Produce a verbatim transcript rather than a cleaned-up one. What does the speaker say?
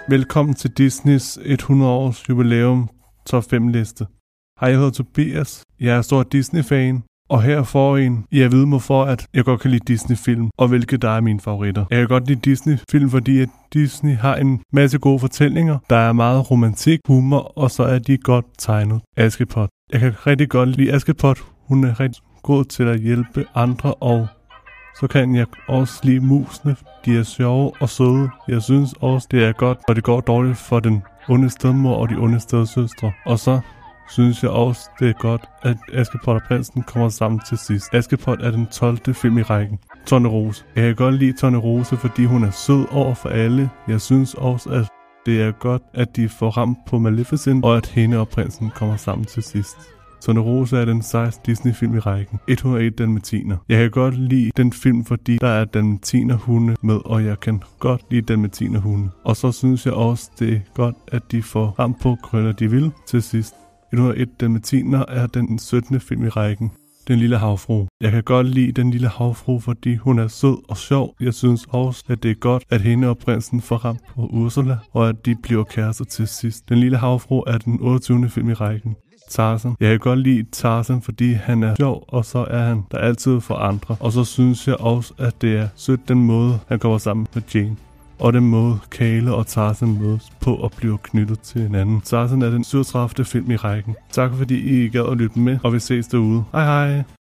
Velkommen til Disneys hundrede års jubilæum top fem liste. Hej, jeg hedder Tobias. Jeg er stor Disney-fan. Og her får en, I at vide mig for, at jeg godt kan lide Disney-film, og hvilke der er mine favoritter. Jeg kan godt lide Disney-film, fordi at Disney har en masse gode fortællinger. Der er meget romantik, humor, og så er de godt tegnet. Askepot. Jeg kan rigtig godt lide Askepot. Hun er rigtig god til at hjælpe andre, og så kan jeg også lide musene. De er sjove og søde. Jeg synes også, det er godt, og det går dårligt for den onde stedmor og de onde stedsøstre. Og så synes jeg også, det er godt, at Askepot og Prinsen kommer sammen til sidst. Askepot er den tolvte film i rækken. Tornerose. Jeg kan godt lide Tornerose, fordi hun er sød over for alle. Jeg synes også, at det er godt, at de får ramt på Maleficent, og at hende og Prinsen kommer sammen til sidst. Tornerose er den sekstende Disney-film i rækken. et hundrede og en Dalmatiner. Jeg kan godt lide den film, fordi der er dalmatinerhunde med, og jeg kan godt lide dalmatinerhunde. Og så synes jeg også, det er godt, at de får ramt på Krøller de vil til sidst. et hundrede og en Dalmatiner er den syttende film i rækken. Den lille havfrue. Jeg kan godt lide den lille havfrue, fordi hun er sød og sjov. Jeg synes også, at det er godt, at hende og prinsen får ramt på Ursula, og at de bliver kærester til sidst. Den lille havfrue er den otteogtyvende film i rækken. Tarzan. Jeg kan godt lide Tarzan, fordi han er sjov, og så er han der altid for andre. Og så synes jeg også, at det er sødt den måde, han kommer sammen med Jane. Og den måde, Kale og Tarzan mødes på og bliver knyttet til hinanden. Tarzan er den syvogtredivte film i rækken. Tak fordi I gad at lytte med, og vi ses derude. Hej hej!